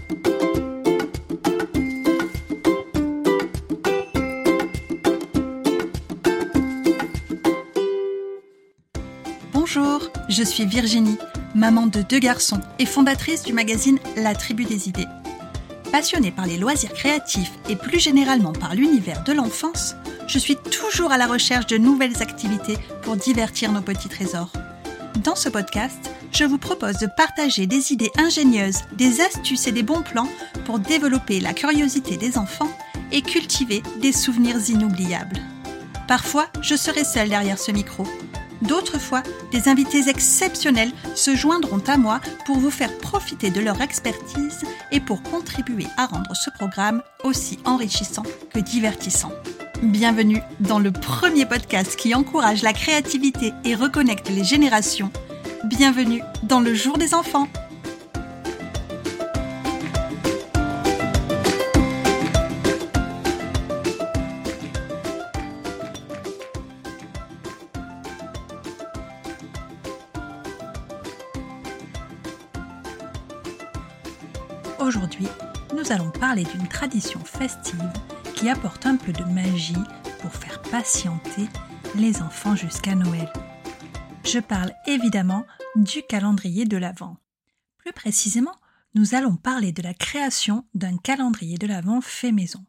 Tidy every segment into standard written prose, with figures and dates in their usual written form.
Bonjour, je suis Virginie, maman de 2 garçons et fondatrice du magazine La Tribu des idées. Passionnée par les loisirs créatifs et plus généralement par l'univers de l'enfance, je suis toujours à la recherche de nouvelles activités pour divertir nos petits trésors. Dans ce podcast, je vous propose de partager des idées ingénieuses, des astuces et des bons plans pour développer la curiosité des enfants et cultiver des souvenirs inoubliables. Parfois, je serai seule derrière ce micro. D'autres fois, des invités exceptionnels se joindront à moi pour vous faire profiter de leur expertise et pour contribuer à rendre ce programme aussi enrichissant que divertissant. Bienvenue dans le premier podcast qui encourage la créativité et reconnecte les générations. Bienvenue dans le jour des enfants. Aujourd'hui, nous allons parler d'une tradition festive qui apporte un peu de magie pour faire patienter les enfants jusqu'à Noël. Je parle évidemment du calendrier de l'Avent. Plus précisément, nous allons parler de la création d'un calendrier de l'Avent fait maison.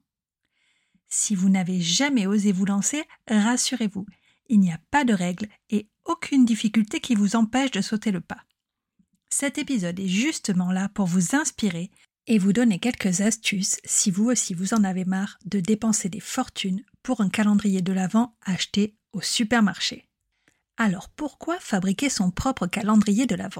Si vous n'avez jamais osé vous lancer, rassurez-vous, il n'y a pas de règles et aucune difficulté qui vous empêche de sauter le pas. Cet épisode est justement là pour vous inspirer et vous donner quelques astuces si vous aussi vous en avez marre de dépenser des fortunes pour un calendrier de l'Avent acheté au supermarché. Alors pourquoi fabriquer son propre calendrier de l'Avent ?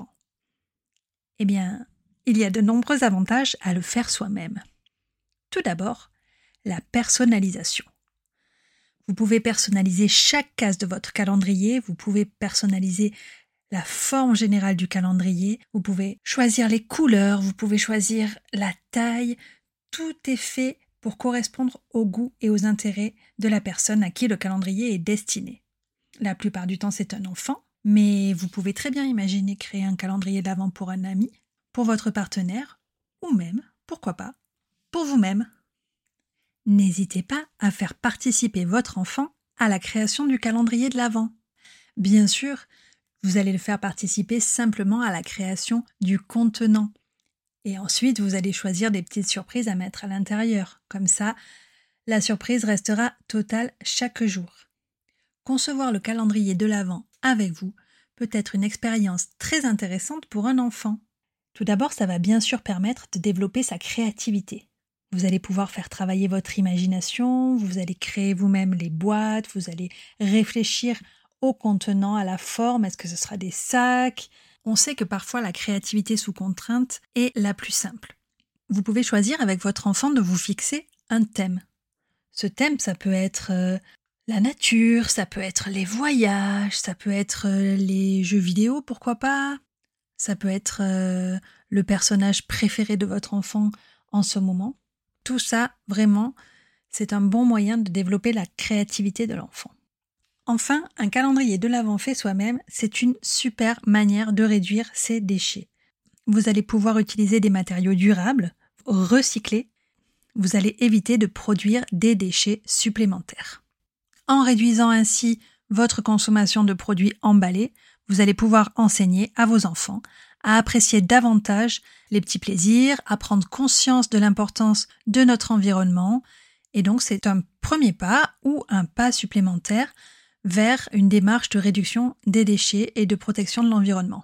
Eh bien, il y a de nombreux avantages à le faire soi-même. Tout d'abord, la personnalisation. Vous pouvez personnaliser chaque case de votre calendrier, vous pouvez personnaliser la forme générale du calendrier, vous pouvez choisir les couleurs, vous pouvez choisir la taille, tout est fait pour correspondre aux goûts et aux intérêts de la personne à qui le calendrier est destiné. La plupart du temps, c'est un enfant, mais vous pouvez très bien imaginer créer un calendrier d'Avent pour un ami, pour votre partenaire, ou même, pourquoi pas, pour vous-même. N'hésitez pas à faire participer votre enfant à la création du calendrier de l'Avent. Bien sûr, vous allez le faire participer simplement à la création du contenant. Et ensuite, vous allez choisir des petites surprises à mettre à l'intérieur. Comme ça, la surprise restera totale chaque jour. Concevoir le calendrier de l'Avent avec vous peut être une expérience très intéressante pour un enfant. Tout d'abord, ça va bien sûr permettre de développer sa créativité. Vous allez pouvoir faire travailler votre imagination, vous allez créer vous-même les boîtes, vous allez réfléchir au contenant, à la forme, est-ce que ce sera des sacs ? On sait que parfois la créativité sous contrainte est la plus simple. Vous pouvez choisir avec votre enfant de vous fixer un thème. Ce thème, ça peut être la nature, ça peut être les voyages, ça peut être les jeux vidéo, pourquoi pas ? Ça peut être le personnage préféré de votre enfant en ce moment. Tout ça, vraiment, c'est un bon moyen de développer la créativité de l'enfant. Enfin, un calendrier de l'Avent fait soi-même, c'est une super manière de réduire ses déchets. Vous allez pouvoir utiliser des matériaux durables, recyclés. Vous allez éviter de produire des déchets supplémentaires. En réduisant ainsi votre consommation de produits emballés, vous allez pouvoir enseigner à vos enfants à apprécier davantage les petits plaisirs, à prendre conscience de l'importance de notre environnement. Et donc, c'est un premier pas ou un pas supplémentaire vers une démarche de réduction des déchets et de protection de l'environnement.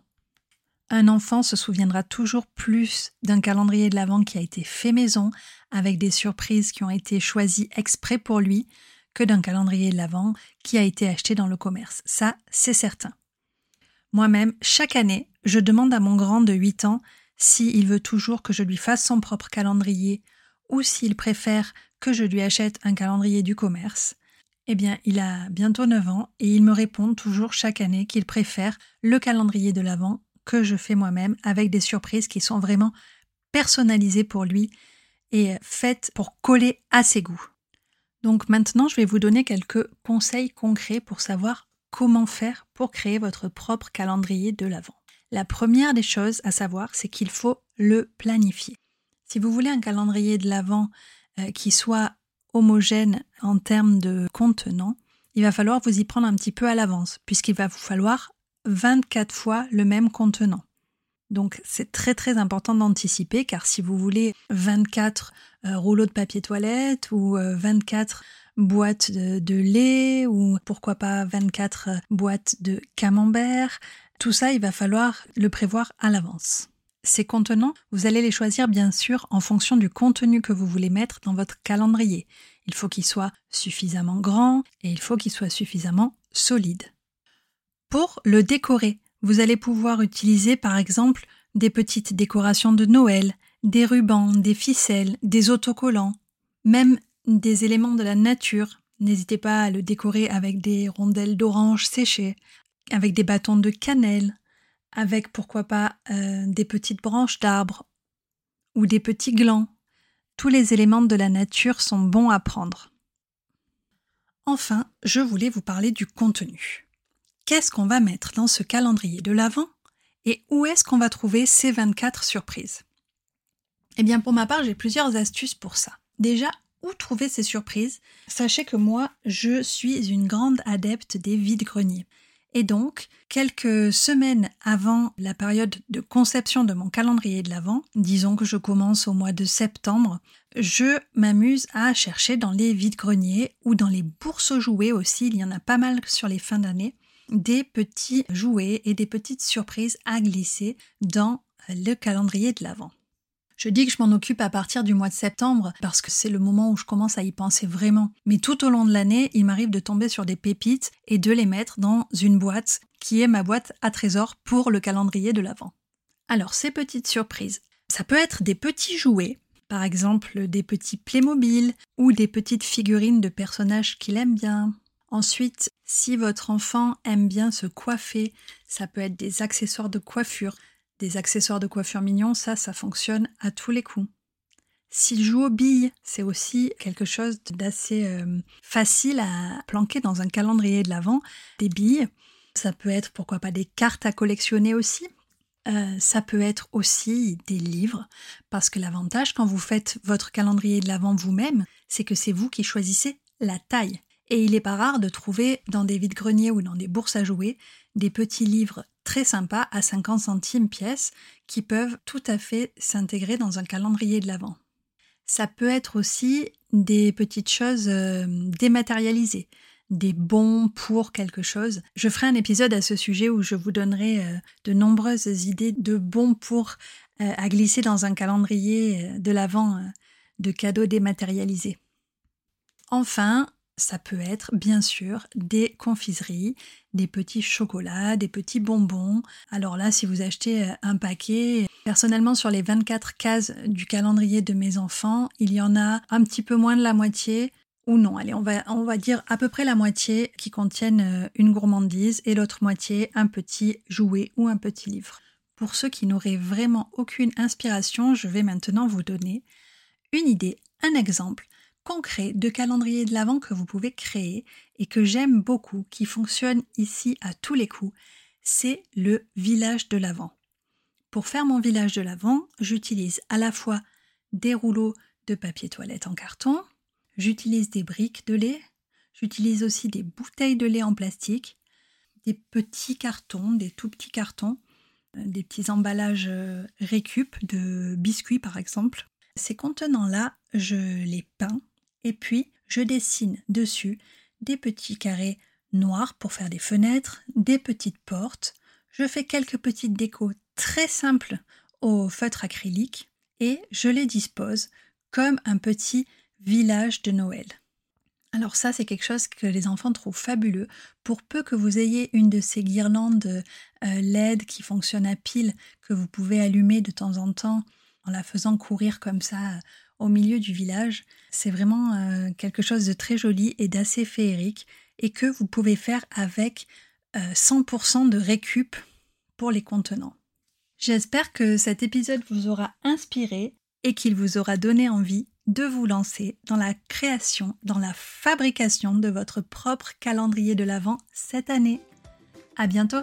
Un enfant se souviendra toujours plus d'un calendrier de l'Avent qui a été fait maison, avec des surprises qui ont été choisies exprès pour lui, que d'un calendrier de l'Avent qui a été acheté dans le commerce. Ça, c'est certain. Moi-même, chaque année, je demande à mon grand de 8 ans s'il veut toujours que je lui fasse son propre calendrier ou s'il préfère que je lui achète un calendrier du commerce. Eh bien, il a bientôt 9 ans et il me répond toujours chaque année qu'il préfère le calendrier de l'Avent que je fais moi-même avec des surprises qui sont vraiment personnalisées pour lui et faites pour coller à ses goûts. Donc maintenant, je vais vous donner quelques conseils concrets pour savoir comment faire pour créer votre propre calendrier de l'Avent. La première des choses à savoir, c'est qu'il faut le planifier. Si vous voulez un calendrier de l'Avent qui soit homogène en termes de contenant, il va falloir vous y prendre un petit peu à l'avance, puisqu'il va vous falloir 24 fois le même contenant. Donc c'est très très important d'anticiper, car si vous voulez 24 rouleaux de papier toilette ou 24 boîtes de lait ou pourquoi pas 24 boîtes de camembert, tout ça il va falloir le prévoir à l'avance. Ces contenants, vous allez les choisir bien sûr en fonction du contenu que vous voulez mettre dans votre calendrier. Il faut qu'il soit suffisamment grand et il faut qu'il soit suffisamment solide. Pour le décorer, vous allez pouvoir utiliser par exemple des petites décorations de Noël, des rubans, des ficelles, des autocollants, même des éléments de la nature. N'hésitez pas à le décorer avec des rondelles d'orange séchées, avec des bâtons de cannelle, avec pourquoi pas des petites branches d'arbres ou des petits glands. Tous les éléments de la nature sont bons à prendre. Enfin, je voulais vous parler du contenu. Qu'est-ce qu'on va mettre dans ce calendrier de l'Avent et où est-ce qu'on va trouver ces 24 surprises? Eh bien, pour ma part, j'ai plusieurs astuces pour ça. Déjà, où trouver ces surprises? Sachez que moi, je suis une grande adepte des vide-greniers. Et donc, quelques semaines avant la période de conception de mon calendrier de l'Avent, disons que je commence au mois de septembre, je m'amuse à chercher dans les vide-greniers ou dans les bourses aux jouets aussi, il y en a pas mal sur les fins d'année, des petits jouets et des petites surprises à glisser dans le calendrier de l'Avent. Je dis que je m'en occupe à partir du mois de septembre parce que c'est le moment où je commence à y penser vraiment. Mais tout au long de l'année, il m'arrive de tomber sur des pépites et de les mettre dans une boîte qui est ma boîte à trésors pour le calendrier de l'Avent. Alors, ces petites surprises, ça peut être des petits jouets, par exemple des petits Playmobil ou des petites figurines de personnages qu'il aime bien. Ensuite, si votre enfant aime bien se coiffer, ça peut être des accessoires de coiffure. Des accessoires de coiffure mignons, ça fonctionne à tous les coups. S'il joue aux billes, c'est aussi quelque chose d'assez facile à planquer dans un calendrier de l'Avent. Des billes, ça peut être pourquoi pas des cartes à collectionner aussi. Ça peut être aussi des livres, parce que l'avantage quand vous faites votre calendrier de l'Avent vous-même, c'est que c'est vous qui choisissez la taille. Et il n'est pas rare de trouver dans des vide-greniers ou dans des bourses à jouets des petits livres très sympas à 50 centimes pièce qui peuvent tout à fait s'intégrer dans un calendrier de l'Avent. Ça peut être aussi des petites choses dématérialisées, des bons pour quelque chose. Je ferai un épisode à ce sujet où je vous donnerai de nombreuses idées de bons pour à glisser dans un calendrier de l'Avent de cadeaux dématérialisés. Enfin, ça peut être, bien sûr, des confiseries, des petits chocolats, des petits bonbons. Alors là, si vous achetez un paquet, personnellement, sur les 24 cases du calendrier de mes enfants, il y en a un petit peu moins de la moitié, ou non, allez, on va dire à peu près la moitié qui contiennent une gourmandise et l'autre moitié un petit jouet ou un petit livre. Pour ceux qui n'auraient vraiment aucune inspiration, je vais maintenant vous donner une idée, un exemple concret de calendrier de l'Avent que vous pouvez créer et que j'aime beaucoup, qui fonctionne ici à tous les coups, c'est le village de l'Avent. Pour faire mon village de l'Avent, j'utilise à la fois des rouleaux de papier toilette en carton, j'utilise des briques de lait, j'utilise aussi des bouteilles de lait en plastique, des petits cartons, des tout petits cartons, des petits emballages récup de biscuits par exemple. Ces contenants-là, je les peins et puis je dessine dessus des petits carrés noirs pour faire des fenêtres, des petites portes. Je fais quelques petites décos très simples au feutre acrylique et je les dispose comme un petit village de Noël. Alors ça, c'est quelque chose que les enfants trouvent fabuleux. Pour peu que vous ayez une de ces guirlandes LED qui fonctionnent à pile, que vous pouvez allumer de temps en temps en la faisant courir comme ça au milieu du village, c'est vraiment quelque chose de très joli et d'assez féerique et que vous pouvez faire avec 100% de récup pour les contenants. J'espère que cet épisode vous aura inspiré et qu'il vous aura donné envie de vous lancer dans la création, dans la fabrication de votre propre calendrier de l'Avent cette année. À bientôt!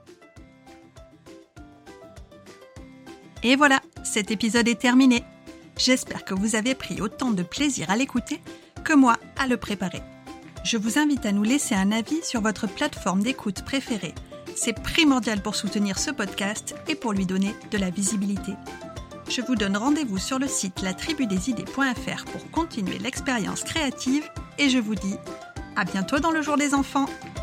Et voilà, cet épisode est terminé. J'espère que vous avez pris autant de plaisir à l'écouter que moi à le préparer. Je vous invite à nous laisser un avis sur votre plateforme d'écoute préférée. C'est primordial pour soutenir ce podcast et pour lui donner de la visibilité. Je vous donne rendez-vous sur le site latribudesidées.fr pour continuer l'expérience créative et je vous dis à bientôt dans le jour des enfants.